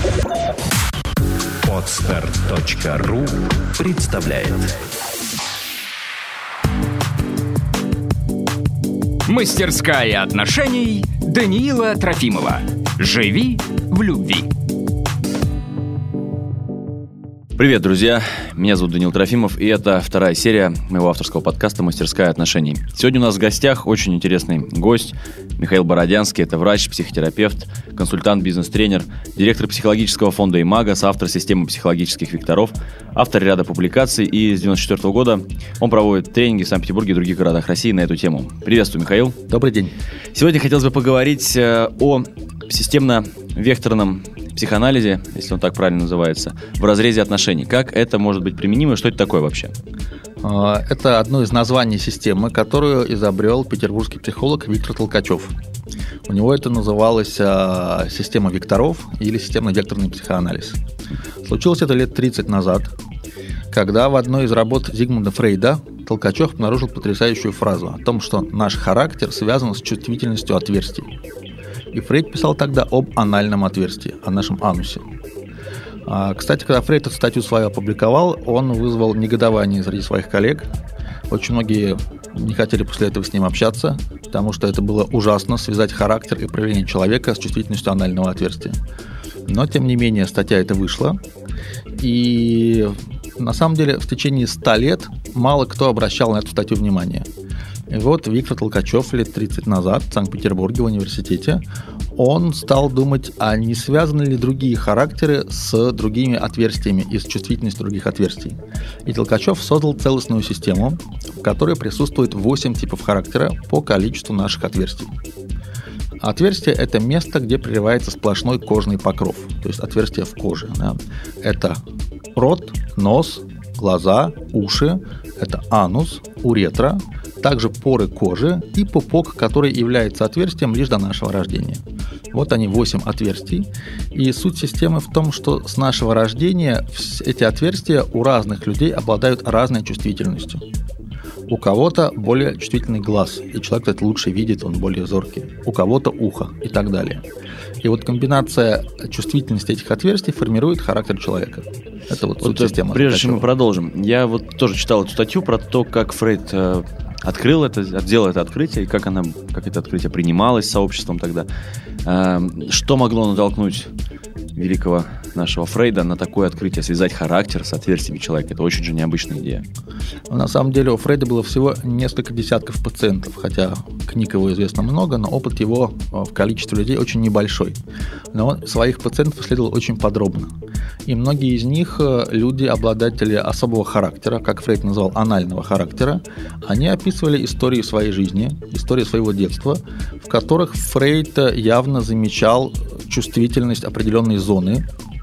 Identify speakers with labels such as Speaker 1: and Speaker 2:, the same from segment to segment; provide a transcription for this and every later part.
Speaker 1: Podster.ru представляет.
Speaker 2: Мастерская отношений Даниила Трофимова. Живи в любви.
Speaker 3: Привет, друзья! Меня зовут Даниил Трофимов, и это вторая серия моего авторского подкаста «Мастерская отношений». Сегодня у нас в гостях очень интересный гость Михаил Бородянский. Это врач, психотерапевт, консультант, бизнес-тренер, директор психологического фонда «Имаго», соавтор системы психологических векторов, автор ряда публикаций, и с 1994 года он проводит тренинги в Санкт-Петербурге и других городах России на эту тему. Приветствую, Михаил.
Speaker 4: Добрый день.
Speaker 3: Сегодня хотелось бы поговорить о системно-векторном психоанализе, если он так правильно называется, в разрезе отношений. Как это может быть применимо и что это такое вообще?
Speaker 4: Это одно из названий системы, которую изобрел петербургский психолог Виктор Толкачев. У него это называлось система векторов или системно-векторный психоанализ. Случилось это лет 30 назад, когда в одной из работ Зигмунда Фрейда Толкачев обнаружил потрясающую фразу о том, что наш характер связан с чувствительностью отверстий. И Фрейд писал тогда об анальном отверстии, о нашем анусе. Кстати, когда Фрейд эту статью свою опубликовал, он вызвал негодование среди своих коллег. Очень многие не хотели после этого с ним общаться, потому что это было ужасно связать характер и проявление человека с чувствительностью анального отверстия. Но, тем не менее, статья эта вышла. И на самом деле в течение 100 лет мало кто обращал на эту статью внимание. И вот Виктор Толкачев лет 30 назад в Санкт-Петербурге в университете, он стал думать, а не связаны ли другие характеры с другими отверстиями и с чувствительностью других отверстий. И Толкачев создал целостную систему, в которой присутствует 8 типов характера по количеству наших отверстий. Отверстие – это место, где прерывается сплошной кожный покров, то есть отверстие в коже. Да. Это рот, нос, глаза, уши, это анус, уретра, также поры кожи и пупок, который является отверстием лишь до нашего рождения. Вот они, 8 отверстий. И суть системы в том, что с нашего рождения эти отверстия у разных людей обладают разной чувствительностью. У кого-то более чувствительный глаз, и человек это лучше видит, он более зоркий. У кого-то ухо и так далее. И вот комбинация чувствительности этих отверстий формирует характер человека. Это вот суть системы.
Speaker 3: Прежде чем мы продолжим, я вот тоже читал эту статью про то, как Фрейд открыл это, сделал это открытие, и как это открытие принималось сообществом тогда. Что могло натолкнуть великого нашего Фрейда на такое открытие, связать характер с отверстиями человека? Это очень же необычная идея.
Speaker 4: На самом деле у Фрейда было всего несколько десятков пациентов, хотя книг его известно много, но опыт его в количестве людей очень небольшой. Но он своих пациентов исследовал очень подробно. И многие из них люди, обладатели особого характера, как Фрейд назвал анального характера, они описывали истории своей жизни, истории своего детства, в которых Фрейд явно замечал чувствительность определенной зоны.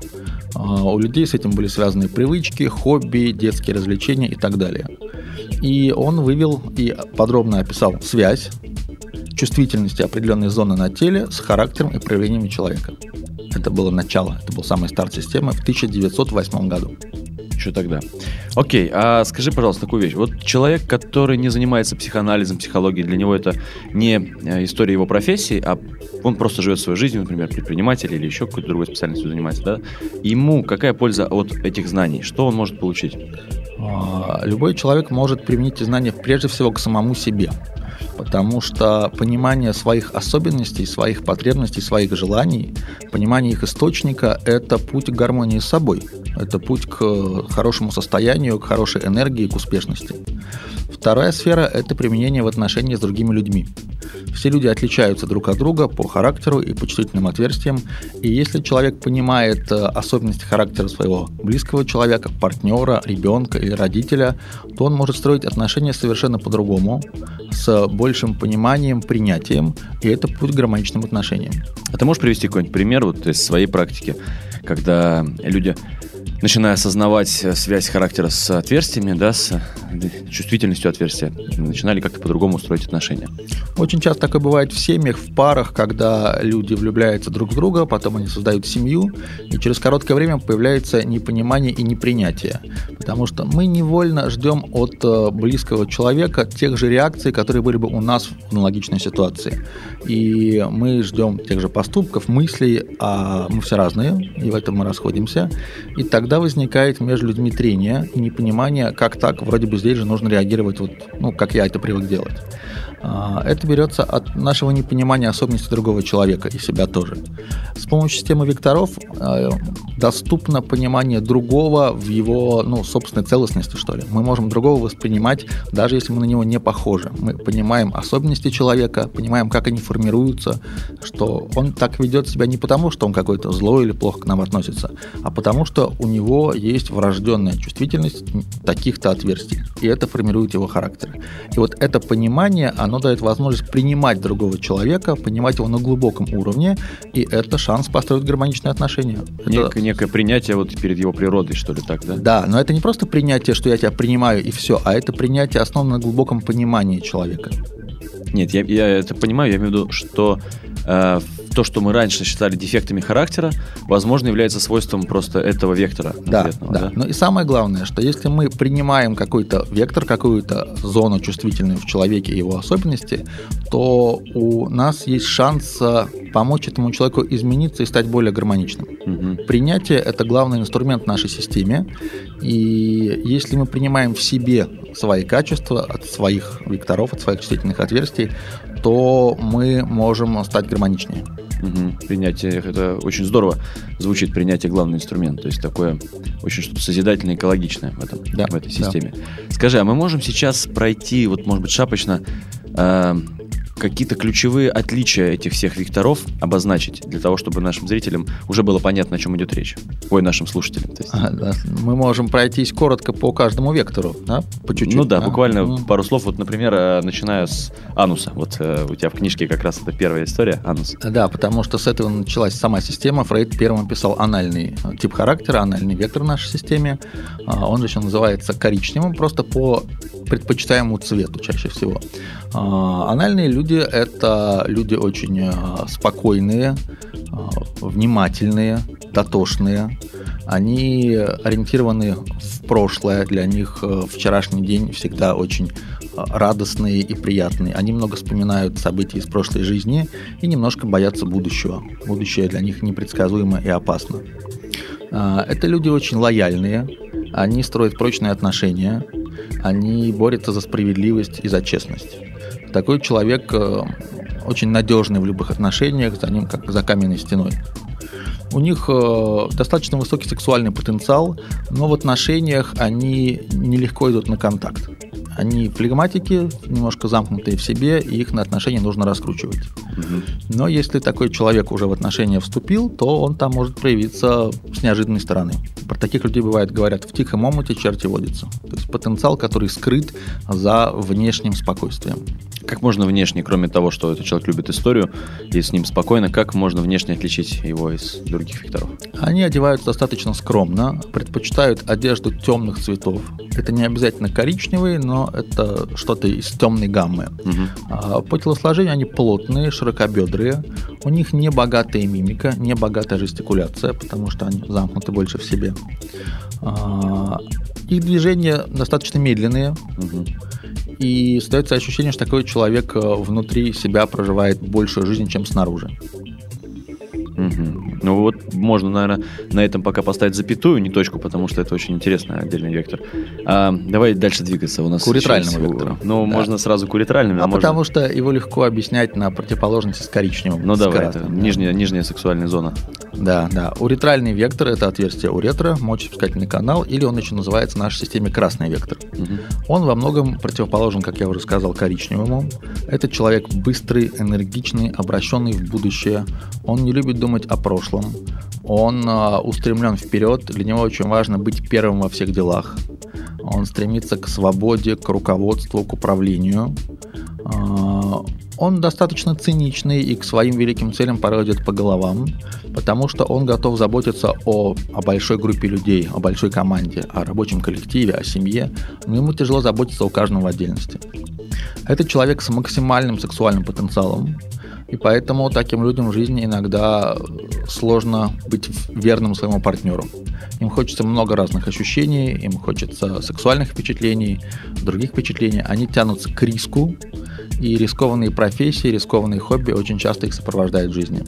Speaker 4: У людей с этим были связаны привычки, хобби, детские развлечения и так далее. И он вывел и подробно описал связь чувствительности определенной зоны на теле с характером и проявлениями человека. Это было начало, это был самый старт системы в 1908 году.
Speaker 3: Еще тогда. Окей, а скажи, пожалуйста, такую вещь. Вот человек, который не занимается психоанализом, психологией, для него это не история его профессии, а он просто живет своей жизнью, например, предприниматель или еще какой-то другой специальностью занимается, да? Ему какая польза от этих знаний? Что он может получить?
Speaker 4: Любой человек может применить эти знания прежде всего к самому себе. Потому что понимание своих особенностей, своих потребностей, своих желаний, понимание их источника – это путь к гармонии с собой. Это путь к хорошему состоянию, к хорошей энергии, к успешности. Вторая сфера – это применение в отношении с другими людьми. Все люди отличаются друг от друга по характеру и по чувствительным отверстиям. И если человек понимает особенности характера своего близкого человека, партнера, ребенка или родителя, то он может строить отношения совершенно по-другому, с большим пониманием, принятием, и это путь к гармоничным отношениям.
Speaker 3: А ты можешь привести какой-нибудь пример вот из своей практики, когда люди начиная осознавать связь характера с отверстиями, да, с чувствительностью отверстия, начинали как-то по-другому строить отношения.
Speaker 4: Очень часто такое бывает в семьях, в парах, когда люди влюбляются друг в друга, потом они создают семью, и через короткое время появляется непонимание и непринятие. Потому что мы невольно ждем от близкого человека тех же реакций, которые были бы у нас в аналогичной ситуации. И мы ждем тех же поступков, мыслей, а мы все разные, и в этом мы расходимся. И тогда возникает между людьми трение и непонимание, как так, вроде бы здесь же нужно реагировать, как я это привык делать. Это берется от нашего непонимания особенностей другого человека и себя тоже. С помощью системы векторов доступно понимание другого в его собственной целостности, что ли. Мы можем другого воспринимать, даже если мы на него не похожи. Мы понимаем особенности человека, понимаем, как они формируются, что он так ведет себя не потому, что он какой-то злой или плохо к нам относится, а потому что у него есть врожденная чувствительность таких-то отверстий, и это формирует его характер. И вот это понимание, оно дает возможность принимать другого человека, понимать его на глубоком уровне, и это шанс построить гармоничные отношения.
Speaker 3: Некое принятие перед его природой, что ли, так, да?
Speaker 4: Да, но это не просто принятие, что я тебя принимаю и все, а это принятие, основано на глубоком понимании человека.
Speaker 3: Нет, я это понимаю, я имею в виду, что то, что мы раньше считали дефектами характера, возможно, является свойством просто этого вектора.
Speaker 4: Да. Ну и самое главное, что если мы принимаем какой-то вектор, какую-то зону чувствительную в человеке и его особенности, то у нас есть шанс помочь этому человеку измениться и стать более гармоничным. Угу. Принятие – это главный инструмент в нашей системе, и если мы принимаем в себе свои качества от своих векторов, от своих чувствительных отверстий, то мы можем стать гармоничнее.
Speaker 3: Угу. Принятие, это очень здорово звучит, принятие главный инструмент, то есть такое очень что-то созидательное, экологичное в этой системе. Да. Скажи, а мы можем сейчас пройти, может быть, шапочно, какие-то ключевые отличия этих всех векторов обозначить, для того, чтобы нашим зрителям уже было понятно, о чем идет речь. Нашим слушателям. То есть.
Speaker 4: Да. Мы можем пройтись коротко по каждому вектору, да? По чуть-чуть.
Speaker 3: Буквально пару слов. Например, начиная с ануса. У тебя в книжке как раз это первая история, анус.
Speaker 4: Да, потому что с этого началась сама система. Фрейд первым описал анальный тип характера, анальный вектор в нашей системе. Он же еще называется коричневым, просто по предпочитаемому цвету чаще всего. Анальные люди – это люди очень спокойные, внимательные, дотошные. Они ориентированы в прошлое. Для них вчерашний день всегда очень радостный и приятный. Они много вспоминают события из прошлой жизни и немножко боятся будущего. Будущее для них непредсказуемо и опасно. Это люди очень лояльные. Они строят прочные отношения. Они борются за справедливость и за честность. Такой человек очень надежный в любых отношениях, за ним как за каменной стеной. У них достаточно высокий сексуальный потенциал, но в отношениях они нелегко идут на контакт. Они флегматики, немножко замкнутые в себе, и их на отношения нужно раскручивать. Но если такой человек уже в отношения вступил, то он там может проявиться с неожиданной стороны. Про таких людей говорят, в тихом омуте черти водятся. То есть потенциал, который скрыт за внешним спокойствием.
Speaker 3: Как можно внешне, кроме того, что этот человек любит историю, и с ним спокойно, как можно внешне отличить его из других векторов?
Speaker 4: Они одеваются достаточно скромно, предпочитают одежду темных цветов. Это не обязательно коричневый, но это что-то из темной гаммы. По телосложению они плотные, широкобедрые. У них не богатая мимика, не богатая жестикуляция, потому что они замкнуты больше в себе. Их движения достаточно медленные. И создается ощущение, что такой человек внутри себя проживает большую жизнь, чем снаружи.
Speaker 3: Можно, наверное, на этом пока поставить запятую, не точку, потому что это очень интересный отдельный вектор. Давай дальше двигаться. У нас
Speaker 4: к уретральному вектору.
Speaker 3: Можно сразу к уретральному.
Speaker 4: Потому что его легко объяснять на противоположности с коричневым.
Speaker 3: Давай, это нижняя сексуальная зона.
Speaker 4: Да. Уретральный вектор – это отверстие уретра, мочеиспускательный канал, или он еще называется в нашей системе красный вектор. Он во многом противоположен, как я уже сказал, коричневому. Это человек быстрый, энергичный, обращенный в будущее. Он не любит думать о прошлом. Он устремлен вперед. Для него очень важно быть первым во всех делах. Он стремится к свободе, к руководству, к управлению. Он достаточно циничный и к своим великим целям порой идет по головам, потому что он готов заботиться о большой группе людей, о большой команде, о рабочем коллективе, о семье, но ему тяжело заботиться о каждом в отдельности. Это человек с максимальным сексуальным потенциалом, и поэтому таким людям в жизни иногда сложно быть верным своему партнеру. Им хочется много разных ощущений, им хочется сексуальных впечатлений, других впечатлений. Они тянутся к риску, и рискованные профессии, рискованные хобби очень часто их сопровождают в жизни.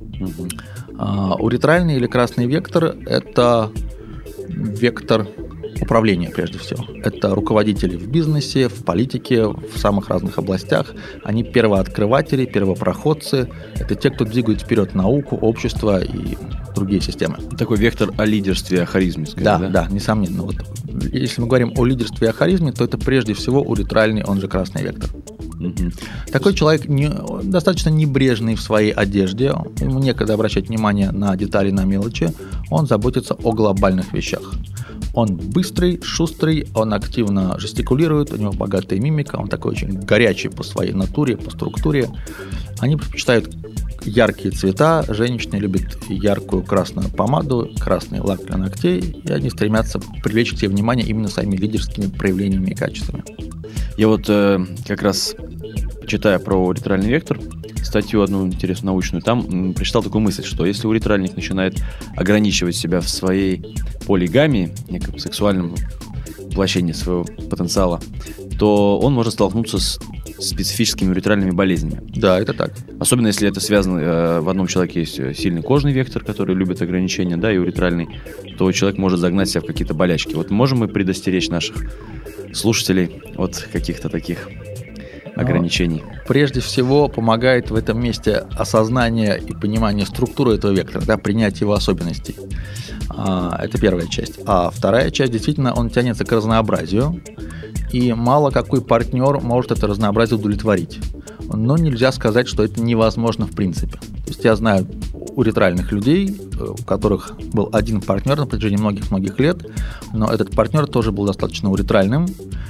Speaker 4: Уретральный или красный вектор – это вектор управления прежде всего. Это руководители в бизнесе, в политике, в самых разных областях. Они первооткрыватели, первопроходцы. Это те, кто двигает вперед науку, общество и другие системы.
Speaker 3: Такой вектор о лидерстве, о харизме.
Speaker 4: Да, несомненно. Вот, если мы говорим о лидерстве и о харизме, то это прежде всего уретральный, он же красный вектор. Такой человек достаточно небрежный в своей одежде, ему некогда обращать внимание на детали, на мелочи, он заботится о глобальных вещах. Он быстрый, шустрый, он активно жестикулирует, у него богатая мимика, он такой очень горячий по своей натуре, по структуре. Они предпочитают яркие цвета, женщины любят яркую красную помаду, красный лак для ногтей, и они стремятся привлечь к себе внимание именно своими лидерскими проявлениями и качествами.
Speaker 3: Я вот как раз, читая про уретральный вектор, статью одну интересную научную, там прочитал такую мысль, что если уретральник начинает ограничивать себя в своей полигамии, неком сексуальном воплощении своего потенциала, то он может столкнуться с специфическими уретральными болезнями.
Speaker 4: Да, это так.
Speaker 3: Особенно если это связано, в одном человеке есть сильный кожный вектор, который любит ограничения, да, и уретральный, то человек может загнать себя в какие-то болячки. Вот можем мы предостеречь наших слушателей от каких-то таких ограничений?
Speaker 4: Прежде всего помогает в этом месте осознание и понимание структуры этого вектора, да, принятие его особенностей. Это первая часть. А вторая часть, действительно, он тянется к разнообразию, и мало какой партнер может это разнообразие удовлетворить. Но нельзя сказать, что это невозможно в принципе. То есть я знаю уретральных людей, у которых был один партнер на протяжении многих-многих лет, но этот партнер тоже был достаточно уретральным,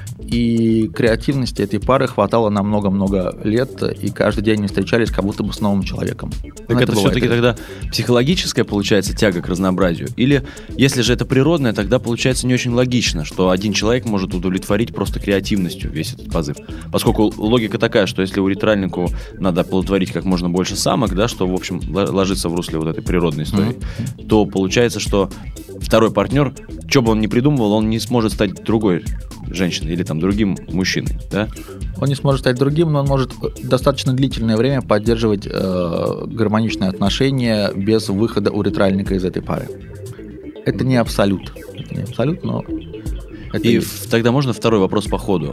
Speaker 4: и креативности этой пары хватало на много-много лет, и каждый день они встречались как будто бы с новым человеком.
Speaker 3: Так это все-таки тогда психологическая, получается, тяга к разнообразию? Или, если же это природное, тогда получается не очень логично, что один человек может удовлетворить просто креативностью весь этот позыв? Поскольку логика такая, что если уретральнику надо оплодотворить как можно больше самок, да, что, в общем, ложится в русле вот этой природной истории, то получается, что второй партнер, что бы он ни придумывал, он не сможет стать другой женщиной или там другим мужчиной, да?
Speaker 4: Он не сможет стать другим, но он может достаточно длительное время поддерживать гармоничные отношения без выхода уретральника из этой пары. Это не абсолют. Это не абсолют, но это
Speaker 3: и
Speaker 4: есть.
Speaker 3: Тогда можно второй вопрос по ходу.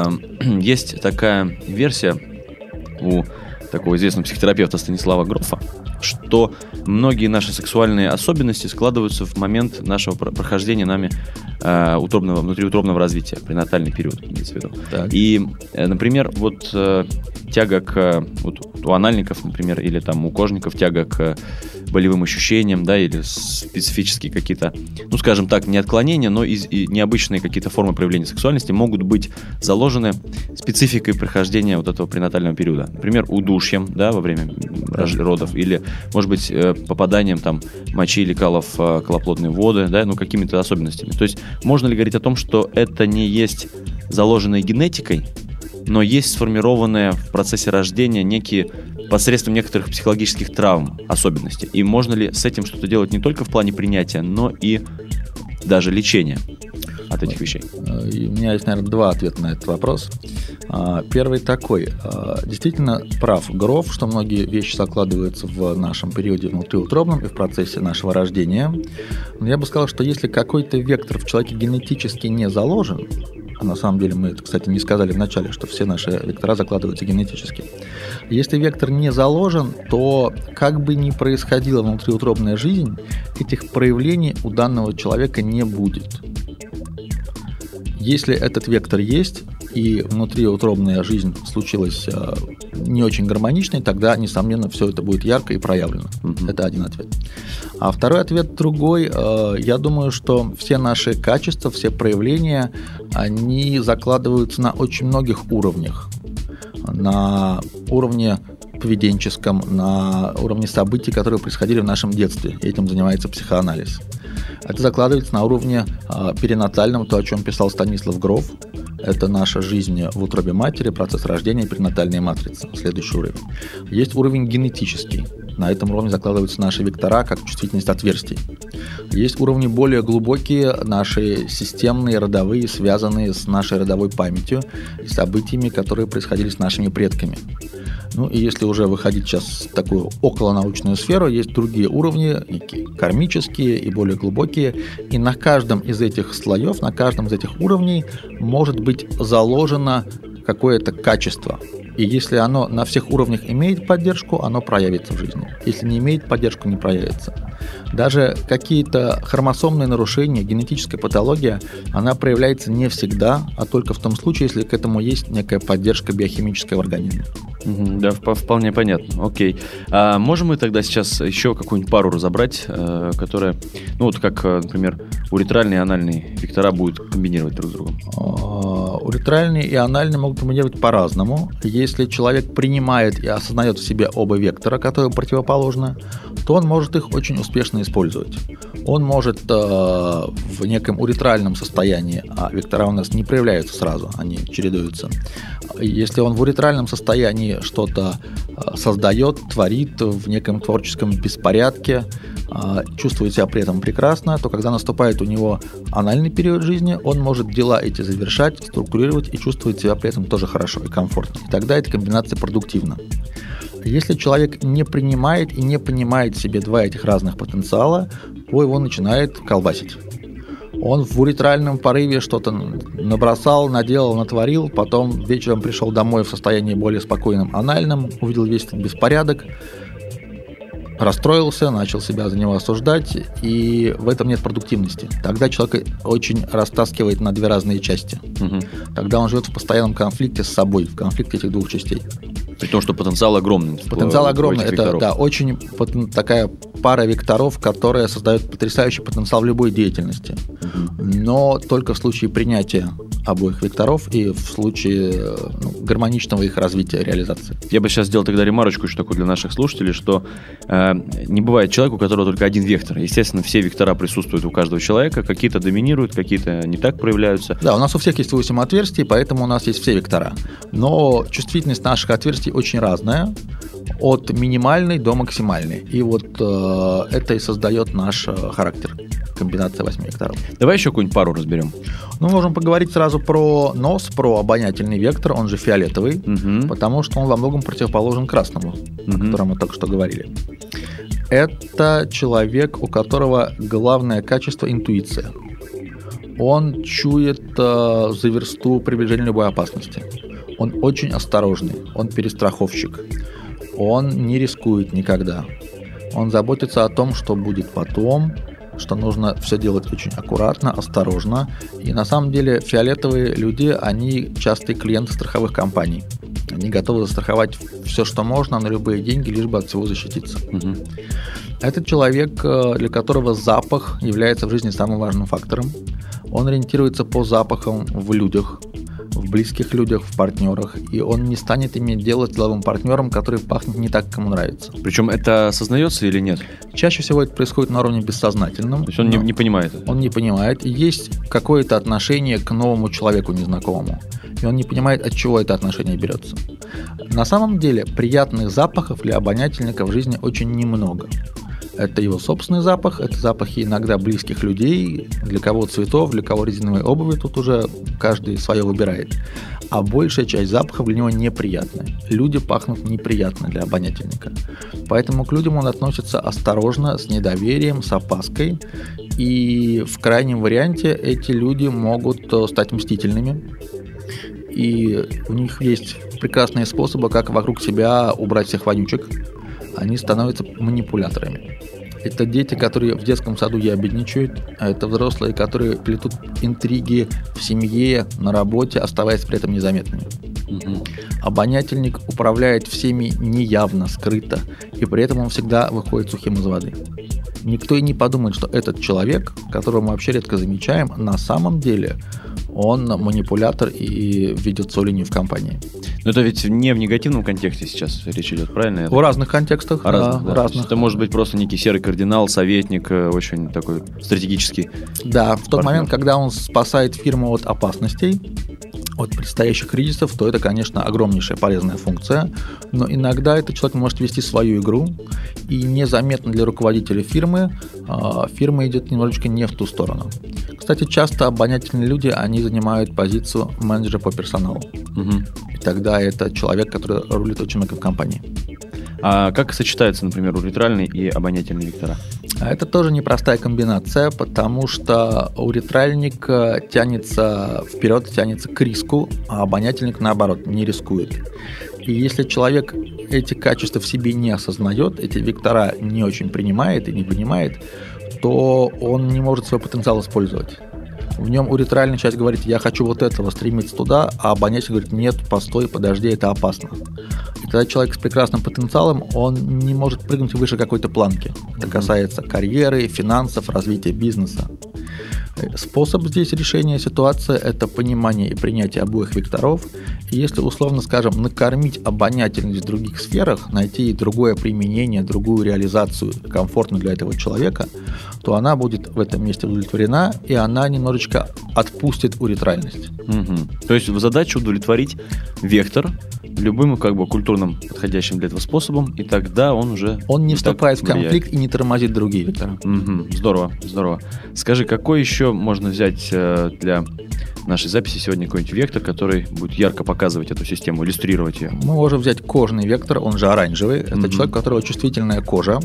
Speaker 3: Есть такая версия у такого известного психотерапевта Станислава Грофа, что многие наши сексуальные особенности складываются в момент нашего прохождения нами внутриутробного развития, пренатальный период, имеется в виду. И, например, вот тяга к у анальников, например, или там у кожников тяга к болевым ощущениям, да, или специфические какие-то, ну, скажем так, не отклонения, но и необычные какие-то формы проявления сексуальности могут быть заложены спецификой прохождения вот этого пренатального периода. Например, удушьем, да, во время родов, или, может быть, попаданием там мочи или калов в колоплодные воды, да, ну, какими-то особенностями. То есть можно ли говорить о том, что это не есть заложенной генетикой, но есть сформированные в процессе рождения некие посредством некоторых психологических травм особенности? И можно ли с этим что-то делать не только в плане принятия, но и даже лечения от этих вещей?
Speaker 4: И у меня есть, наверное, два ответа на этот вопрос. Первый такой. Действительно прав Гроф, что многие вещи закладываются в нашем периоде внутриутробном и в процессе нашего рождения. Но я бы сказал, что если какой-то вектор в человеке генетически не заложен, а на самом деле мы это, кстати, не сказали в начале, что все наши вектора закладываются генетически. Если вектор не заложен, то как бы ни происходила внутриутробная жизнь, этих проявлений у данного человека не будет. Если этот вектор есть, и внутриутробная жизнь случилась не очень гармоничной, тогда, несомненно, все это будет ярко и проявлено. Это один ответ. А второй ответ другой. Я думаю, что все наши качества, все проявления, они закладываются на очень многих уровнях. На уровне поведенческом, на уровне событий, которые происходили в нашем детстве. Этим занимается психоанализ. Это закладывается на уровне перинатальном, то, о чем писал Станислав Гроф. Это наша жизнь в утробе матери, процесс рождения, перинатальная матрица. Следующий уровень. Есть уровень генетический. На этом уровне закладываются наши вектора, как чувствительность отверстий. Есть уровни более глубокие, наши системные, родовые, связанные с нашей родовой памятью и событиями, которые происходили с нашими предками. Ну и если уже выходить сейчас в такую околонаучную сферу, есть другие уровни, и кармические, и более глубокие. И на каждом из этих слоев, на каждом из этих уровней может быть заложено какое-то качество. И если оно на всех уровнях имеет поддержку, оно проявится в жизни. Если не имеет поддержку, не проявится. Даже какие-то хромосомные нарушения, генетическая патология, она проявляется не всегда, а только в том случае, если к этому есть некая поддержка биохимическая в организме.
Speaker 3: Да, вполне понятно. Окей. А можем мы тогда сейчас еще какую-нибудь пару разобрать, которая, ну вот как, например, уретральные и анальные вектора будут комбинировать друг с другом?
Speaker 4: Уретральные и анальные могут комбинировать по-разному. Если человек принимает и осознает в себе оба вектора, которые противоположны, то он может их очень успешно использовать. Он может в неком уретральном состоянии, а вектора у нас не проявляются сразу, они чередуются. Если он в уретральном состоянии что-то создает, творит в неком творческом беспорядке, чувствует себя при этом прекрасно, то когда наступает у него анальный период жизни, он может дела эти завершать, структурировать и чувствовать себя при этом тоже хорошо и комфортно. И тогда эта комбинация продуктивна. Если человек не принимает и не понимает в себе два этих разных потенциала, то его начинает колбасить. Он в уретральном порыве что-то набросал, наделал, натворил, потом вечером пришел домой в состоянии более спокойном анальном, увидел весь этот беспорядок, расстроился, начал себя за него осуждать, и в этом нет продуктивности. Тогда человек очень растаскивает на две разные части. Тогда он живет в постоянном конфликте с собой, в конфликте этих двух частей.
Speaker 3: При том, что потенциал огромный.
Speaker 4: Потенциал огромный. Это да, очень такая пара векторов, которая создает потрясающий потенциал в любой деятельности. Но только в случае принятия обоих векторов и в случае гармоничного их развития, реализации.
Speaker 3: Я бы сейчас сделал тогда ремарочку еще такую для наших слушателей, что не бывает человека, у которого только один вектор. Естественно, все вектора присутствуют у каждого человека, какие-то доминируют, какие-то не так проявляются.
Speaker 4: Да, у нас у всех есть 8 отверстий, поэтому у нас есть все вектора. Но чувствительность наших отверстий очень разная, от минимальной до максимальной. И вот это и создает наш характер. Комбинация 8 векторов.
Speaker 3: Давай еще какую-нибудь пару разберем.
Speaker 4: Ну, можем поговорить сразу про нос, про обонятельный вектор, он же фиолетовый, потому что он во многом противоположен красному, о котором мы только что говорили. Это человек, у которого главное качество – интуиция. Он чует за версту приближение любой опасности. Он очень осторожный, он перестраховщик. Он не рискует никогда. Он заботится о том, что будет потом, что нужно все делать очень аккуратно, осторожно. И на самом деле фиолетовые люди, они частые клиенты страховых компаний. Они готовы застраховать все, что можно, на любые деньги, лишь бы от всего защититься. Это человек, для которого запах является в жизни самым важным фактором. Он ориентируется по запахам в людях, в близких людях, в партнерах, и он не станет иметь дело с деловым партнером, который пахнет не так, как ему нравится.
Speaker 3: Причем это осознается или нет?
Speaker 4: Чаще всего это происходит на уровне бессознательном.
Speaker 3: То есть он не понимает это?
Speaker 4: Он не понимает. И есть какое-то отношение к новому человеку незнакомому. И он не понимает, от чего это отношение берется. На самом деле приятных запахов для обонятельника в жизни очень немного. Это его собственный запах, это запахи иногда близких людей, для кого цветов, для кого резиновой обуви, тут уже каждый свое выбирает. А большая часть запахов для него неприятная. Люди пахнут неприятно для обонятельника. Поэтому к людям он относится осторожно, с недоверием, с опаской. И в крайнем варианте эти люди могут стать мстительными. И у них есть прекрасные способы, как вокруг себя убрать всех вонючек. Они становятся манипуляторами. Это дети, которые в детском саду ябедничают, а это взрослые, которые плетут интриги в семье, на работе, оставаясь при этом незаметными. Обонятельник управляет всеми неявно, скрыто, и при этом он всегда выходит сухим из воды. Никто и не подумает, что этот человек, которого мы вообще редко замечаем, на самом деле он манипулятор и ведет свою линию в компании.
Speaker 3: Но это ведь не в негативном контексте сейчас речь идет, правильно?
Speaker 4: В разных контекстах.
Speaker 3: Разных. Это может быть просто некий серый кардинал, советник, очень такой стратегический.
Speaker 4: Да, в тот момент, когда он спасает фирму от опасностей, от предстоящих кризисов, то это, конечно, огромнейшая полезная функция, но иногда этот человек может вести свою игру, и незаметно для руководителя фирма идет немножечко не в ту сторону. Кстати, часто обонятельные люди, они занимают позицию менеджера по персоналу. И тогда это человек, который рулит очень много в компании.
Speaker 3: А как сочетаются, например, уретральный и обонятельный вектора?
Speaker 4: Это тоже непростая комбинация, потому что уретральник тянется вперед, тянется к риску, а обонятельник, наоборот, не рискует. И если человек эти качества в себе не осознает, эти вектора не очень принимает и не понимает, то он не может свой потенциал использовать. В нем уретральная часть говорит: я хочу вот этого, стремиться туда, а обонятельный говорит: нет, постой, подожди, это опасно. И тогда человек с прекрасным потенциалом, он не может прыгнуть выше какой-то планки. Это касается карьеры, финансов, развития бизнеса. Способ здесь решения ситуации – это понимание и принятие обоих векторов. И если, условно скажем, накормить обонятельность в других сферах, найти другое применение, другую реализацию, комфортную для этого человека, то она будет в этом месте удовлетворена, и она немножечко отпустит уретральность.
Speaker 3: То есть задача удовлетворить вектор любым культурным подходящим для этого способом, и тогда он уже...
Speaker 4: Он не вступает в конфликт и не тормозит другие вектора.
Speaker 3: Здорово. Скажи, какой еще можно взять для нашей записи сегодня какой-нибудь вектор, который будет ярко показывать эту систему, иллюстрировать ее?
Speaker 4: Мы можем взять кожный вектор, он же оранжевый. Это человек, у которого чувствительная кожа.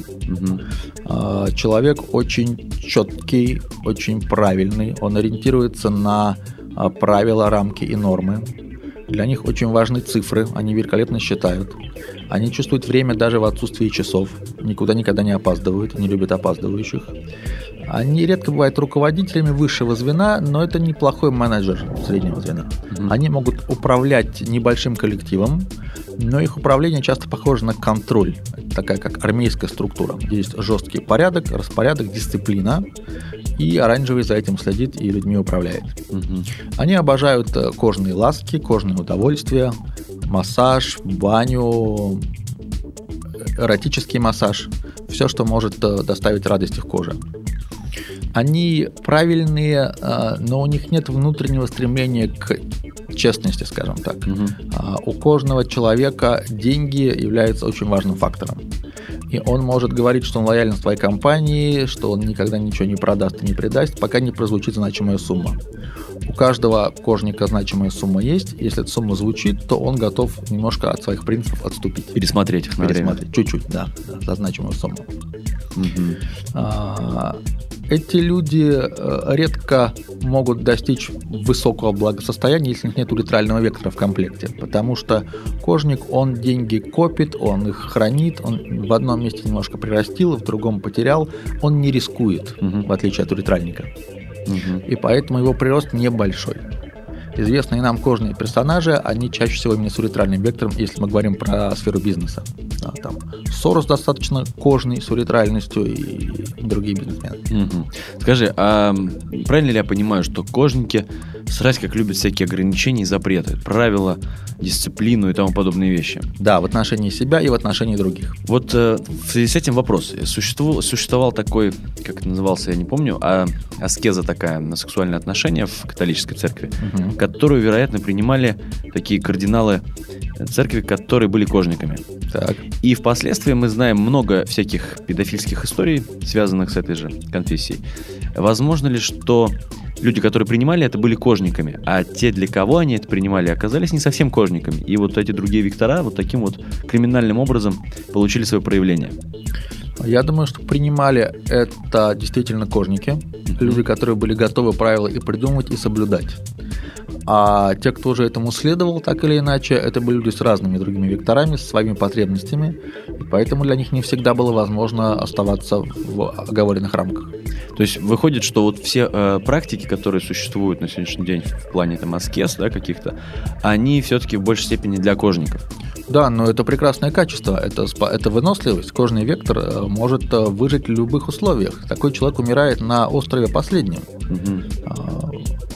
Speaker 4: Человек очень четкий, очень правильный. Он ориентируется на правила, рамки и нормы. Для них очень важны цифры, они великолепно считают. Они чувствуют время даже в отсутствии часов, никогда не опаздывают, не любят опаздывающих. Они редко бывают руководителями высшего звена, но это неплохой менеджер среднего звена. Они могут управлять небольшим коллективом, но их управление часто похоже на контроль. Это такая как армейская структура, где есть жесткий порядок, распорядок, дисциплина, и оранжевый за этим следит и людьми управляет. Они обожают кожные ласки, кожные удовольствия, массаж, баню, эротический массаж, все, что может доставить радость их коже. Они правильные, но у них нет внутреннего стремления к честности, скажем так. У кожного человека деньги являются очень важным фактором. И он может говорить, что он лоялен своей компании, что он никогда ничего не продаст и не предаст, пока не прозвучит значимая сумма. У каждого кожника значимая сумма есть. Если эта сумма звучит, то он готов немножко от своих принципов отступить.
Speaker 3: Пересмотреть их на время.
Speaker 4: Чуть-чуть, да, за значимую сумму. Эти люди редко могут достичь высокого благосостояния, если у них нет уретрального вектора в комплекте, потому что кожник, он деньги копит, он их хранит, он в одном месте немножко прирастил, в другом потерял, он не рискует, в отличие от уретральника. И поэтому его прирост небольшой. Известные нам кожные персонажи, они чаще всего именно с уретральным вектором, если мы говорим про сферу бизнеса. Там Сорос достаточно кожный, с уретральностью, и другие бизнесмены.
Speaker 3: Скажи, а правильно ли я понимаю, что кожники страсть как любят всякие ограничения и запреты, правила, дисциплину и тому подобные вещи?
Speaker 4: Да, в отношении себя и в отношении других.
Speaker 3: Вот в связи с этим вопрос. Существовал такой, как это назывался, я не помню, аскеза такая на сексуальные отношения в католической церкви, которую, вероятно, принимали такие кардиналы церкви, которые были кожниками.
Speaker 4: Так.
Speaker 3: И впоследствии мы знаем много всяких педофильских историй, связанных с этой же конфессией. Возможно ли, что люди, которые принимали это, были кожниками, а те, для кого они это принимали, оказались не совсем кожниками, и вот эти другие вектора вот таким вот криминальным образом получили свое проявление?
Speaker 4: Я думаю, что принимали это действительно кожники, люди, которые были готовы правила и придумывать, и соблюдать. А те, кто уже этому следовал, так или иначе, это были люди с разными другими векторами, со своими потребностями, и поэтому для них не всегда было возможно оставаться в оговоренных рамках.
Speaker 3: То есть выходит, что вот все практики, которые существуют на сегодняшний день в плане аскез, да, каких-то, они все-таки в большей степени для кожников.
Speaker 4: Да, но это прекрасное качество, это выносливость. Кожный вектор может выжить в любых условиях. Такой человек умирает на острове последнем.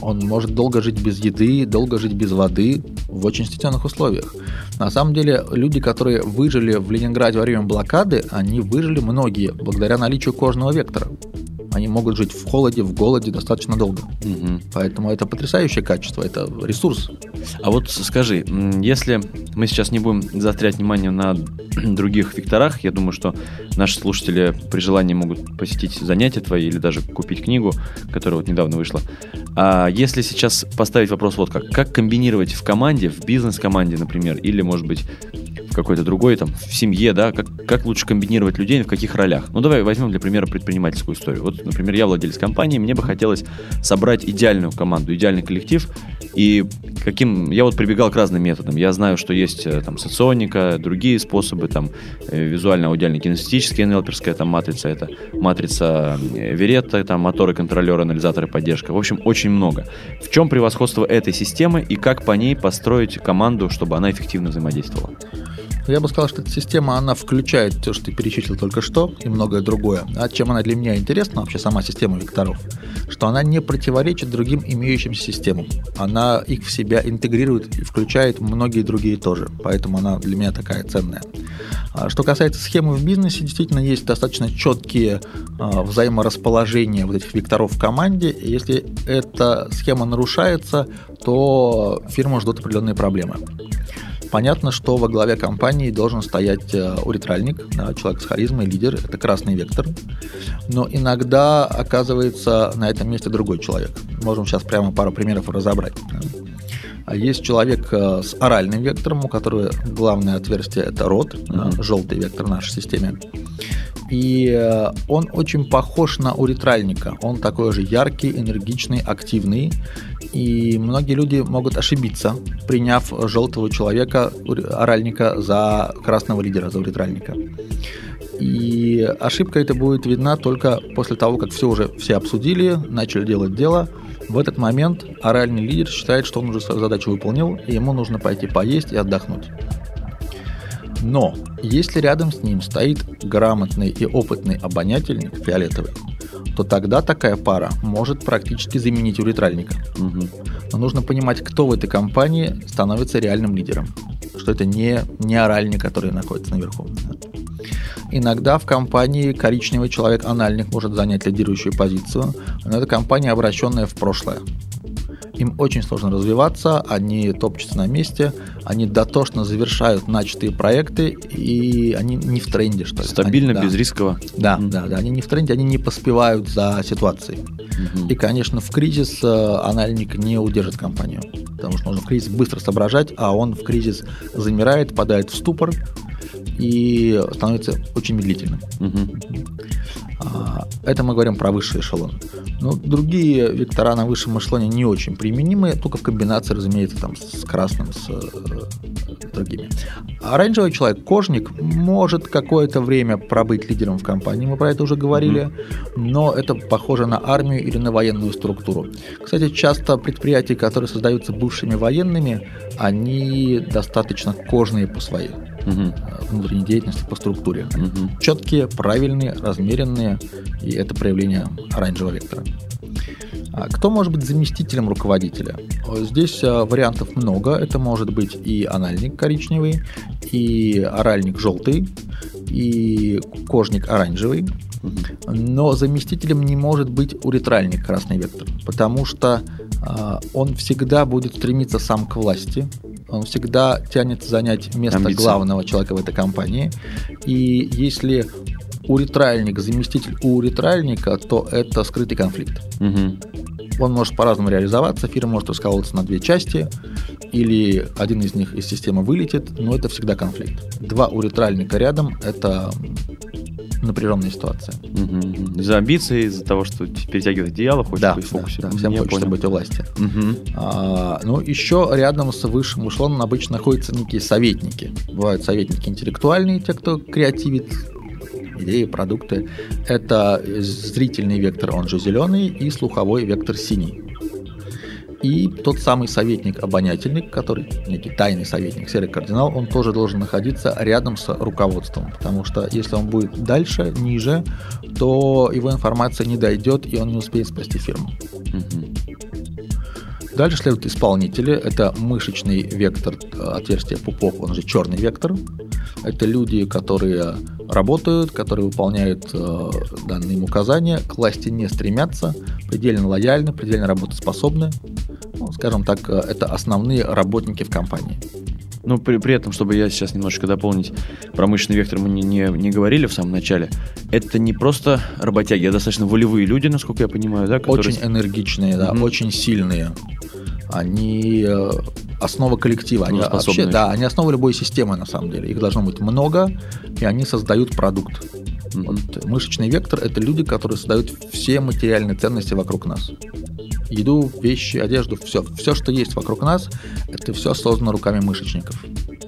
Speaker 4: Он может долго жить без еды, долго жить без воды в очень стесненных условиях. На самом деле, люди, которые выжили в Ленинграде во время блокады, они выжили многие благодаря наличию кожного вектора. Они могут жить в холоде, в голоде достаточно долго. Угу. Поэтому это потрясающее качество, это ресурс.
Speaker 3: А вот скажи, если мы сейчас не будем заострять внимание на других векторах, я думаю, что наши слушатели при желании могут посетить занятия твои или даже купить книгу, которая вот недавно вышла. А если сейчас поставить вопрос вот как комбинировать в команде, в бизнес-команде, например, или, может быть, в какой-то другой, там, в семье, да, как лучше комбинировать людей, в каких ролях? Ну, давай возьмем для примера предпринимательскую историю. Вот, например, я владелец компании, мне бы хотелось собрать идеальную команду, идеальный коллектив, и я вот прибегал к разным методам. Я знаю, что есть там соционика, другие способы, там, визуально-аудиальная кинестетическая НЛПерская, там, матрица, это матрица Веретта, там, моторы, контролеры, анализаторы, поддержка. В общем, очень много. В чем превосходство этой системы и как по ней построить команду, чтобы она эффективно взаимодействовала?
Speaker 4: Я бы сказал, что эта система, она включает то, что ты перечислил только что, и многое другое. А чем она для меня интересна, вообще сама система векторов, что она не противоречит другим имеющимся системам. Она их в себя интегрирует и включает многие другие тоже. Поэтому она для меня такая ценная. Что касается схемы в бизнесе, действительно есть достаточно четкие взаиморасположения вот этих векторов в команде. Если эта схема нарушается, то фирму ждут определенные проблемы. Понятно, что во главе компании должен стоять уретральник, да, человек с харизмой, лидер, это красный вектор. Но иногда оказывается на этом месте другой человек. Можем сейчас прямо пару примеров разобрать. Есть человек с оральным вектором, у которого главное отверстие – это рот, желтый вектор в нашей системе. И он очень похож на уретральника. Он такой же яркий, энергичный, активный. И многие люди могут ошибиться, приняв желтого человека, оральника, за красного лидера, за уретральника. И ошибка эта будет видна только после того, как все обсудили, начали делать дело. В этот момент оральный лидер считает, что он уже свою задачу выполнил, и ему нужно пойти поесть и отдохнуть. Но если рядом с ним стоит грамотный и опытный обонятельник, фиолетовый, то тогда такая пара может практически заменить уретральника. Угу. Но нужно понимать, кто в этой компании становится реальным лидером. Что это не оральник, который находится наверху. Иногда в компании коричневый человек-анальник может занять лидирующую позицию, но это компания, обращенная в прошлое. Им очень сложно развиваться, они топчутся на месте, они дотошно завершают начатые проекты, и они не в тренде, что ли.
Speaker 3: Стабильно, безрисково.
Speaker 4: Да, они не в тренде, они не поспевают за ситуацией. И, конечно, в кризис анальник не удержит компанию, потому что нужно в кризис быстро соображать, а он в кризис замирает, впадает в ступор и становится очень медлительным. Это мы говорим про высший эшелон. Но другие вектора на высшем эшелоне не очень применимы, только в комбинации, разумеется, там, с красным, с другими. Оранжевый человек, кожник, может какое-то время пробыть лидером в компании, мы про это уже говорили, но это похоже на армию или на военную структуру. Кстати, часто предприятия, которые создаются бывшими военными, они достаточно кожные по своей внутренней деятельности, по структуре. Четкие, правильные, размеренные, и это проявление оранжевого вектора. Кто может быть заместителем руководителя? Здесь вариантов много. Это может быть и анальник коричневый, и оральник желтый, и кожник оранжевый. Но заместителем не может быть уретральник красный вектор, потому что он всегда будет стремиться сам к власти, он всегда тянет занять место главного человека в этой компании. И если уретральник, заместитель у уретральника, то это скрытый конфликт. Он может по-разному реализоваться, фирма может расколоться на две части, или один из них из системы вылетит, но это всегда конфликт. Два уретральника рядом – это напряженная ситуация.
Speaker 3: Из-за амбиций, из-за того, что перетягивать одеяло, хочется быть в фокусе.
Speaker 4: Да, всем хочется быть у власти. Ну, еще рядом с высшим эшелоном обычно находятся некие советники. Бывают советники интеллектуальные, те, кто креативит идеи, продукты. Это зрительный вектор, он же зеленый, и слуховой вектор синий. И тот самый советник-обонятельник, который некий тайный советник, серый кардинал, он тоже должен находиться рядом с руководством, потому что если он будет дальше, ниже, то его информация не дойдет, и он не успеет спасти фирму. Дальше следуют исполнители. Это мышечный вектор отверстия пупок, он же черный вектор. Это люди, которые работают, которые выполняют данные им указания, к власти не стремятся, предельно лояльны, предельно работоспособны. Ну, скажем так, это основные работники в компании.
Speaker 3: Ну, при этом, чтобы я сейчас немножечко дополнить, про мышечный вектор мы не говорили в самом начале. Это не просто работяги, а достаточно волевые люди, насколько я понимаю, да?
Speaker 4: Очень энергичные, да, очень сильные. Они основа коллектива. Они вообще, да, они основа любой системы, на самом деле. Их должно быть много, и они создают продукт. Вот, мышечный вектор – это люди, которые создают все материальные ценности вокруг нас. Еду, вещи, одежду, все. Все, что есть вокруг нас, это все создано руками мышечников.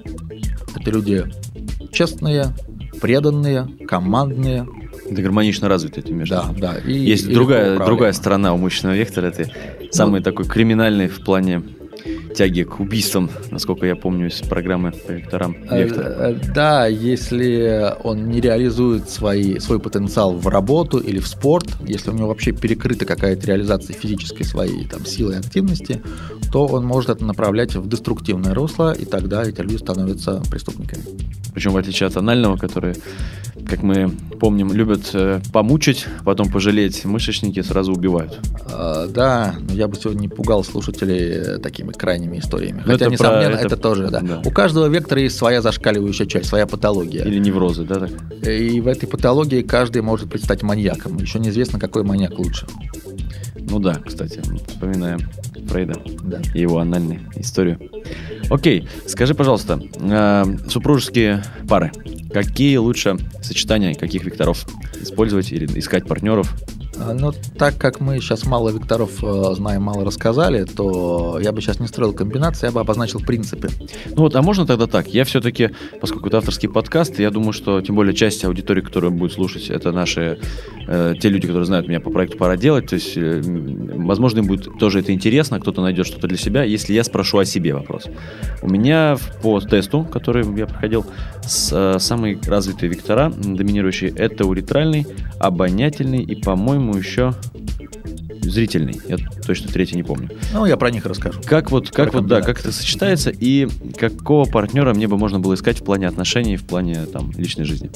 Speaker 4: Это люди честные, преданные, командные.
Speaker 3: Это гармонично развитые, ты имеешь в виду?
Speaker 4: Да.
Speaker 3: Есть другая сторона у мышечного вектора. Это самый такой криминальный в плане тяги к убийствам, насколько я помню, из программы по векторам вектора.
Speaker 4: Да, если он не реализует свой потенциал в работу или в спорт, если у него вообще перекрыта какая-то реализация физической своей силы и активности, то он может это направлять в деструктивное русло, и тогда эти люди становятся преступниками.
Speaker 3: Причем в отличие от анального, который, как мы помним, любят помучить, потом пожалеть, мышечники сразу убивают.
Speaker 4: Да, но я бы сегодня не пугал слушателей такими крайними историями. Хотя, несомненно, это тоже, да. У каждого вектора есть своя зашкаливающая часть, своя патология.
Speaker 3: Или неврозы, да? Так?
Speaker 4: И в этой патологии каждый может предстать маньяком. Еще неизвестно, какой маньяк лучше.
Speaker 3: Ну да, кстати, вспоминаем Фрейда и его анальную историю. Окей, скажи, пожалуйста, супружеские пары, какие лучше сочетания, каких векторов использовать или искать партнеров?
Speaker 4: Ну, так как мы сейчас мало векторов знаем, мало рассказали, то я бы сейчас не строил комбинации, я бы обозначил принципы.
Speaker 3: Ну вот, а можно тогда так? Я все-таки, поскольку это авторский подкаст, я думаю, что тем более часть аудитории, которая будет слушать, это наши, те люди, которые знают меня по проекту «Пора делать», то есть, возможно, им будет тоже это интересно, кто-то найдет что-то для себя, если я спрошу о себе вопрос. У меня по тесту, который я проходил, самые развитые вектора, доминирующие, это уретральный, обонятельный и, по-моему, еще зрительный. Я точно третий не помню.
Speaker 4: Ну, я про них расскажу.
Speaker 3: Как это сочетается и какого партнера мне бы можно было искать в плане отношений, в плане личной жизни?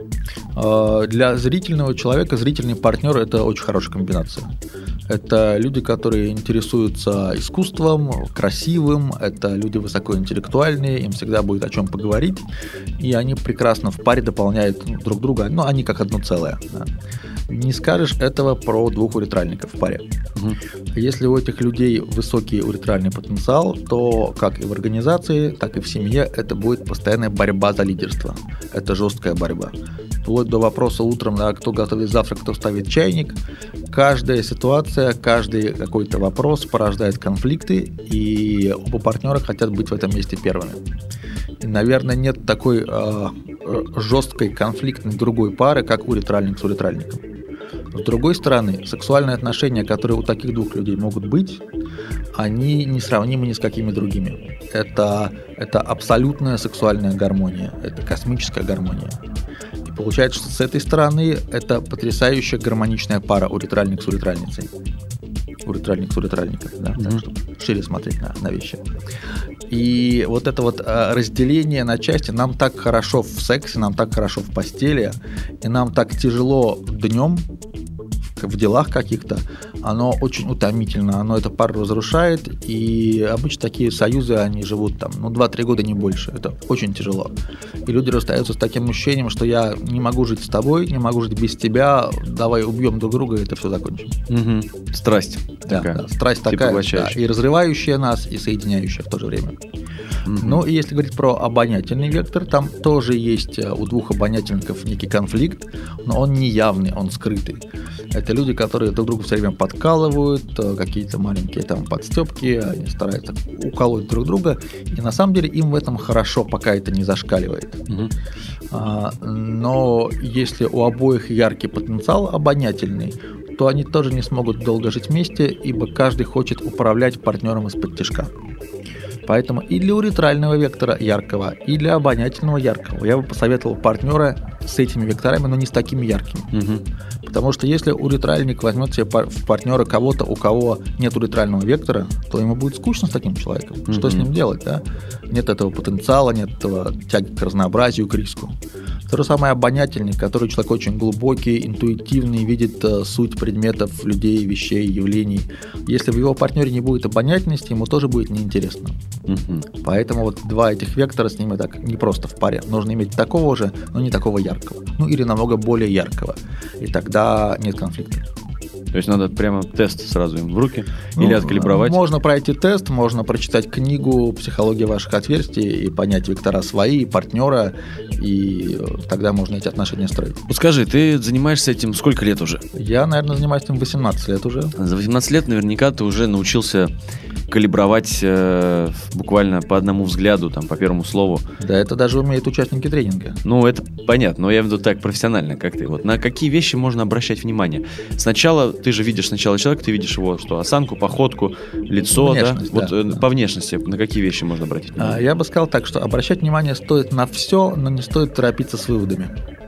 Speaker 4: Для зрительного человека зрительный партнер – это очень хорошая комбинация. Это люди, которые интересуются искусством, красивым, это люди высокоинтеллектуальные, им всегда будет о чем поговорить, и они прекрасно в паре дополняют друг друга, но они как одно целое. Да. Не скажешь этого про двух уретральников в паре. Если у этих людей высокий уретральный потенциал, то как и в организации, так и в семье это будет постоянная борьба за лидерство. Это жесткая борьба. Вплоть до вопроса утром, кто готовит завтрак, кто ставит чайник. Каждая ситуация, каждый какой-то вопрос порождает конфликты, и оба партнера хотят быть в этом месте первыми. И, наверное, нет такой жесткой конфликтной другой пары, как уретральник с уретральником. С другой стороны, сексуальные отношения, которые у таких двух людей могут быть, они несравнимы ни с какими другими. Это абсолютная сексуальная гармония, это космическая гармония. И получается, что с этой стороны это потрясающая гармоничная пара уретральник с уретральницей. Уретральник с уретральником, да, так, чтобы шире смотреть на вещи. И вот это вот разделение на части, нам так хорошо в сексе, нам так хорошо в постели, и нам так тяжело днем в делах каких-то, оно очень утомительно, оно эту пару разрушает, и обычно такие союзы, они живут 2-3 года, не больше, это очень тяжело. И люди расстаются с таким ощущением, что я не могу жить с тобой, не могу жить без тебя, давай убьем друг друга, и это все закончим.
Speaker 3: Страсть.
Speaker 4: Да, страсть такая, да, и разрывающая нас, и соединяющая в то же время. Ну, и если говорить про обонятельный вектор, там тоже есть у двух обонятельников некий конфликт, но он не явный, он скрытый. Это люди, которые друг друга все время подкалывают, какие-то маленькие подстёпки, они стараются уколоть друг друга, и на самом деле им в этом хорошо, пока это не зашкаливает. Но если у обоих яркий потенциал обонятельный, то они тоже не смогут долго жить вместе, ибо каждый хочет управлять партнером из-под тишка. Поэтому и для уретрального вектора яркого, и для обонятельного яркого я бы посоветовал партнера с этими векторами, но не с такими яркими. Потому что если уретральник возьмет себе в партнера кого-то, у кого нет уретрального вектора, то ему будет скучно с таким человеком. Что с ним делать, да? Нет этого потенциала, нет этого тяги к разнообразию, к риску. То же самое обонятельник, который человек очень глубокий, интуитивный, видит суть предметов, людей, вещей, явлений. Если в его партнере не будет обонятельности, ему тоже будет неинтересно. Поэтому вот два этих вектора с ними так не просто в паре. Нужно иметь такого же, но не такого яркого. Ну или намного более яркого. И тогда нет конфликта.
Speaker 3: То есть надо прямо тест сразу им в руки или откалибровать?
Speaker 4: Можно пройти тест, можно прочитать книгу «Психология ваших отверстий» и понять вектора свои, партнера, и тогда можно эти отношения строить.
Speaker 3: Вот скажи, ты занимаешься этим сколько лет уже?
Speaker 4: Я, наверное, занимаюсь этим 18 лет уже.
Speaker 3: За 18 лет наверняка ты уже научился калибровать буквально по одному взгляду, там, по первому слову.
Speaker 4: Да, это даже умеют участники тренинга.
Speaker 3: Ну, это понятно, но я имею в виду так профессионально, как ты. Вот на какие вещи можно обращать внимание? Сначала ты же видишь человека, ты видишь его, что осанку, походку, лицо,
Speaker 4: внешность,
Speaker 3: да?
Speaker 4: да.
Speaker 3: Вот по внешности на какие вещи можно обратить внимание?
Speaker 4: Я бы сказал так, что обращать внимание стоит на все, но не стоит торопиться с выводами.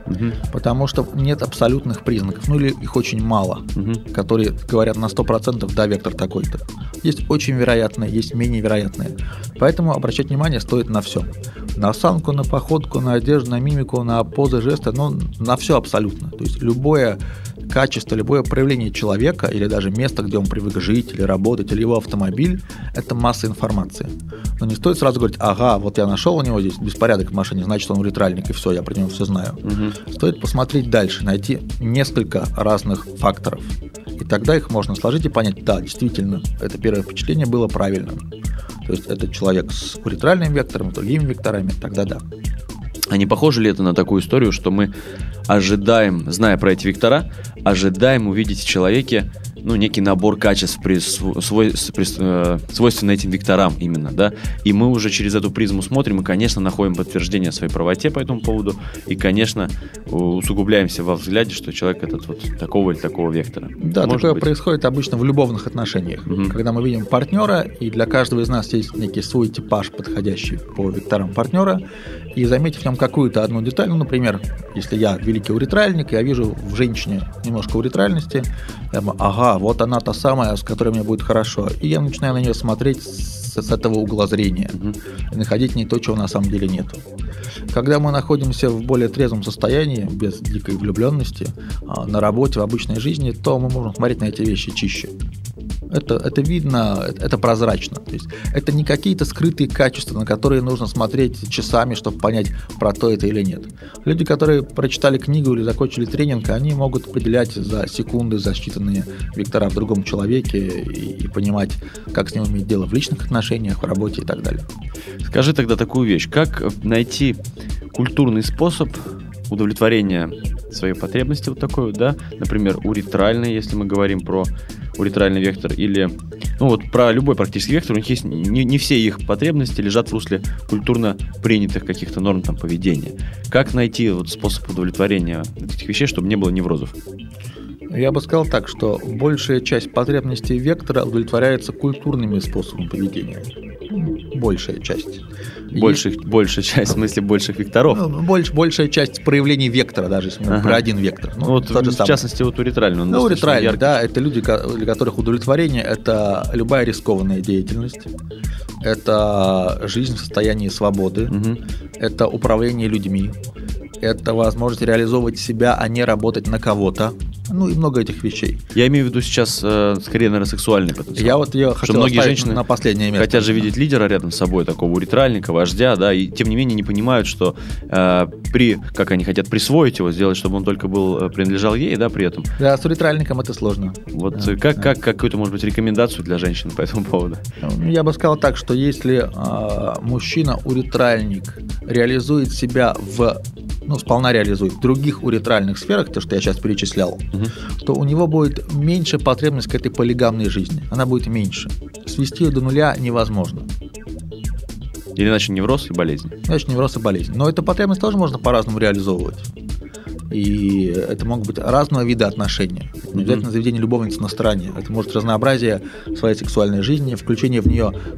Speaker 4: Потому что нет абсолютных признаков, ну или их очень мало, которые говорят на 100% да, вектор такой-то. Есть очень вероятные, есть менее вероятные. Поэтому обращать внимание стоит на все. На осанку, на походку, на одежду, на мимику, на позы, жесты, но на все абсолютно. То есть любое качество, любое проявление человека или даже место, где он привык жить или работать, или его автомобиль, это масса информации. Но не стоит сразу говорить, ага, вот я нашел у него здесь беспорядок в машине, значит он уретральник, и все, я про него все знаю. Стоит посмотреть дальше, найти несколько разных факторов. И тогда их можно сложить и понять, да, действительно, это первое впечатление было правильным. То есть это человек с уретральным вектором, другими векторами, тогда да.
Speaker 3: А не похоже ли это на такую историю, что мы ожидаем, зная про эти вектора, ожидаем увидеть в человеке некий набор качеств, свойственны этим векторам именно, да, и мы уже через эту призму смотрим и, конечно, находим подтверждение своей правоте по этому поводу и, конечно, усугубляемся во взгляде, что человек этот вот такого или такого вектора.
Speaker 4: Да, такое происходит обычно в любовных отношениях, когда мы видим партнера, и для каждого из нас есть некий свой типаж, подходящий по векторам партнера, и заметив в нем какую-то одну деталь, например, если я великий уретральник, я вижу в женщине немножко уретральности, я думаю, ага, вот она та самая, с которой мне будет хорошо. И я начинаю на нее смотреть с этого угла зрения и находить в ней то, чего на самом деле нет. Когда мы находимся в более трезвом состоянии, без дикой влюбленности, на работе, в обычной жизни, то мы можем смотреть на эти вещи чище. Это видно, это прозрачно. То есть это не какие-то скрытые качества, на которые нужно смотреть часами, чтобы понять, про то это или нет. Люди, которые прочитали книгу или закончили тренинг, они могут определять за секунды, за считанные вектора в другом человеке и понимать, как с ним иметь дело в личных отношениях, в работе и так далее.
Speaker 3: Скажи тогда такую вещь. Как найти культурный способ удовлетворения своей потребности вот такой, да? Например, уретральный, если мы говорим про уретральный вектор, или про любой практически вектор, у них есть не все их потребности лежат в русле культурно принятых каких-то норм поведения. Как найти способ удовлетворения этих вещей, чтобы не было неврозов?
Speaker 4: Я бы сказал так, что большая часть потребностей вектора удовлетворяется культурными способами поведения. Большая часть.
Speaker 3: Большая часть, в смысле больших векторов?
Speaker 4: Большая часть проявлений вектора, даже если мы про один вектор.
Speaker 3: В частности, уретральный.
Speaker 4: Уретральный, да, это люди, для которых удовлетворение – это любая рискованная деятельность, это жизнь в состоянии свободы, это управление людьми, это возможность реализовывать себя, а не работать на кого-то. И много этих вещей.
Speaker 3: Я имею в виду сейчас скорее, наверное, сексуальный потенциал.
Speaker 4: Я ее хотел
Speaker 3: многие женщины
Speaker 4: на последнее место.
Speaker 3: Хотят же видеть лидера рядом с собой, такого уретральника, вождя, да, и тем не менее не понимают, что как они хотят присвоить его, сделать, чтобы он только принадлежал ей, да, при этом.
Speaker 4: Да, с уретральником это сложно.
Speaker 3: Вот как какую-то, может быть, рекомендацию для женщин по этому поводу?
Speaker 4: Я бы сказал так, что если мужчина-уретральник реализует себя сполна реализует в других уретральных сферах, то, что я сейчас перечислял, то у него будет меньше потребность к этой полигамной жизни. Она будет меньше. Свести ее до нуля невозможно.
Speaker 3: Или иначе невроз и болезнь.
Speaker 4: Иначе невроз и болезнь. Но эту потребность тоже можно по-разному реализовывать. И это могут быть разного вида отношения. Это не обязательно заведение любовницы на стороне. Это может разнообразие своей сексуальной жизни, включение в нее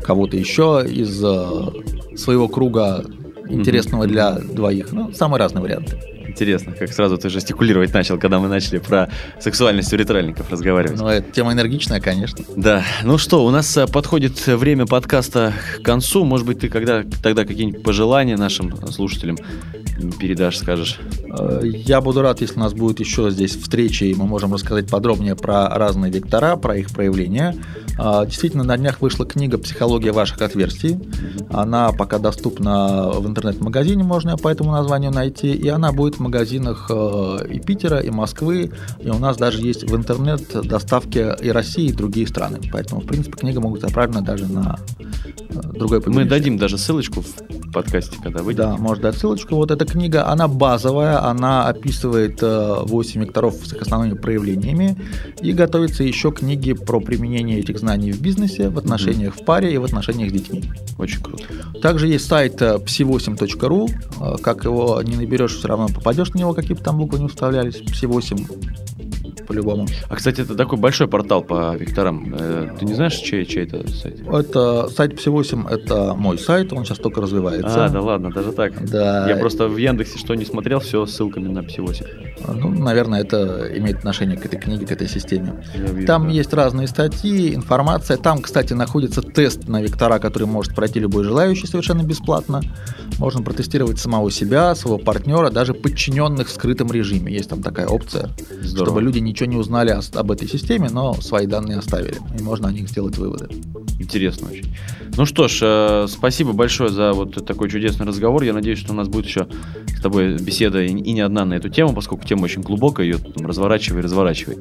Speaker 4: кого-то еще из своего круга интересного для двоих. Ну, самые разные варианты.
Speaker 3: Интересно, как сразу ты жестикулировать начал, когда мы начали про сексуальность у ретральников разговаривать.
Speaker 4: Ну, это тема энергичная, конечно.
Speaker 3: Да. Ну что, у нас подходит время подкаста к концу. Может быть, ты тогда какие-нибудь пожелания нашим слушателям передашь, скажешь?
Speaker 4: Я буду рад, если у нас будет еще здесь встречи, и мы можем рассказать подробнее про разные вектора, про их проявления. Действительно, на днях вышла книга «Психология ваших отверстий». Она пока доступна в интернет-магазине, можно ее по этому названию найти, и она будет в магазинах и Питера, и Москвы, и у нас даже есть в интернет доставки и России, и другие страны. Поэтому, в принципе, книга может быть отправлена даже на другой побережье.
Speaker 3: Мы дадим даже ссылочку в подкасте, когда выйдет.
Speaker 4: Да, можно дать ссылочку. Вот эта книга, она базовая, она описывает 8 векторов с их основными проявлениями, и готовятся еще книги про применение этих знаний в бизнесе, в отношениях в паре и в отношениях с детьми.
Speaker 3: Очень круто.
Speaker 5: Также есть сайт psi8.ru, как его не наберешь, все равно попадешь на него, какие бы там буквы не вставлялись, psi8 по-любому.
Speaker 3: А, кстати, это такой большой портал по векторам. Ты не знаешь, чей это сайт?
Speaker 4: Это сайт psi8, это мой сайт, он сейчас только развивается.
Speaker 3: А, да ладно, даже так.
Speaker 4: Да.
Speaker 3: Я просто в Яндексе что не смотрел, все ссылками на psi8.
Speaker 4: Ну, наверное, это имеет отношение к этой книге, к этой системе.
Speaker 3: Вижу,
Speaker 4: там
Speaker 3: да.
Speaker 4: есть разные статьи, информация. Там, кстати, находится тест на вектора, который может пройти любой желающий совершенно бесплатно. Можно протестировать самого себя, своего партнера, даже подчиненных в скрытом режиме. Есть там такая опция,
Speaker 3: Здорово.
Speaker 4: чтобы люди ничего не узнали об этой системе, но свои данные оставили. И можно о них сделать выводы.
Speaker 3: Интересно очень. Ну что ж, спасибо большое за вот такой чудесный разговор. Я надеюсь, что у нас будет еще с тобой беседа и не одна на эту тему, поскольку тема очень глубокая, ее там разворачивай.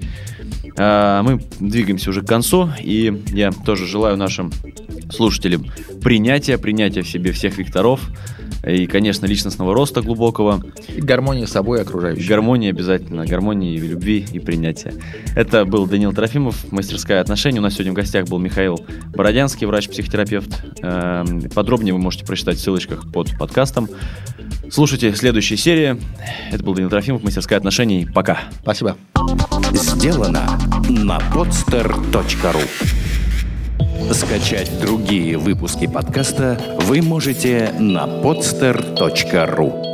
Speaker 3: Мы двигаемся уже к концу, и я тоже желаю нашим слушателям принятия в себе всех векторов и, конечно, личностного роста глубокого.
Speaker 4: И гармонии с собой и окружающими.
Speaker 3: Гармонии обязательно, гармонии и любви и принятия. Это был Даниил Трофимов, мастерская отношений. У нас сегодня в гостях был Михаил Бородянский, врач-психотерапевт. Подробнее вы можете прочитать в ссылочках под подкастом. Слушайте следующие серии. Это был Даниил Трофимов, мастерская отношений. Пока.
Speaker 4: Спасибо.
Speaker 1: Сделано на podster.ru. Скачать другие выпуски подкаста вы можете на podster.ru.